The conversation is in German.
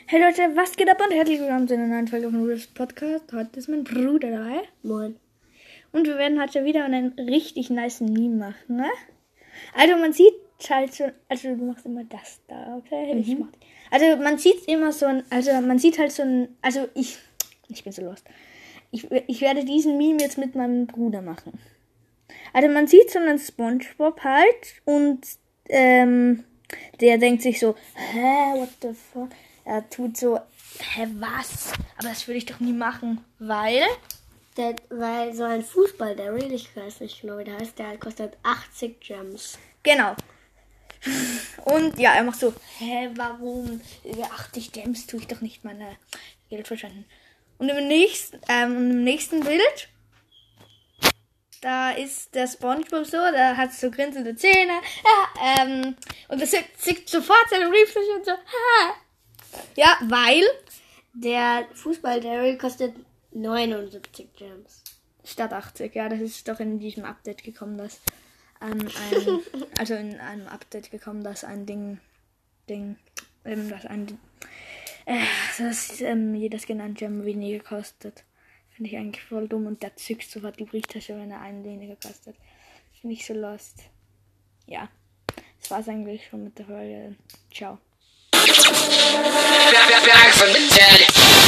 Hey Leute, was geht ab und herzlich willkommen zu einer neuen Folge von Rudolfs Podcast. Heute ist mein Bruder dabei. Moin. Und wir werden heute wieder einen richtig nice Meme machen, ne? Also man sieht halt so, also du machst immer das da, okay? Also man sieht immer so ein, ich bin so lost. Ich werde diesen Meme jetzt mit meinem Bruder machen. Also man sieht so einen SpongeBob halt und der denkt sich so, what the fuck? Er tut so, was? Aber das würde ich doch nie machen, weil So ein Fußball, ich weiß nicht genau, wie der heißt, der kostet 80 Gems. Genau. Und ja, er macht so, warum? 80 Gems tue ich doch nicht meine Geld verschwenden. Und im nächsten Bild, da ist der SpongeBob so, der hat so grinsende Zähne, und das zickt sofort seine Brieftasche und so, ja, weil Der Fußball, kostet 79 Gems. Statt 80, ja, das ist doch in diesem Update gekommen, dass in einem Update gekommen, dass jedes genannte Gem weniger kostet. Finde ich eigentlich voll dumm und der zückt sofort die Brieftasche, wenn er einen weniger kostet. Finde ich so lost. Ja, das war's eigentlich schon mit der Folge. Ciao. Back from the dead.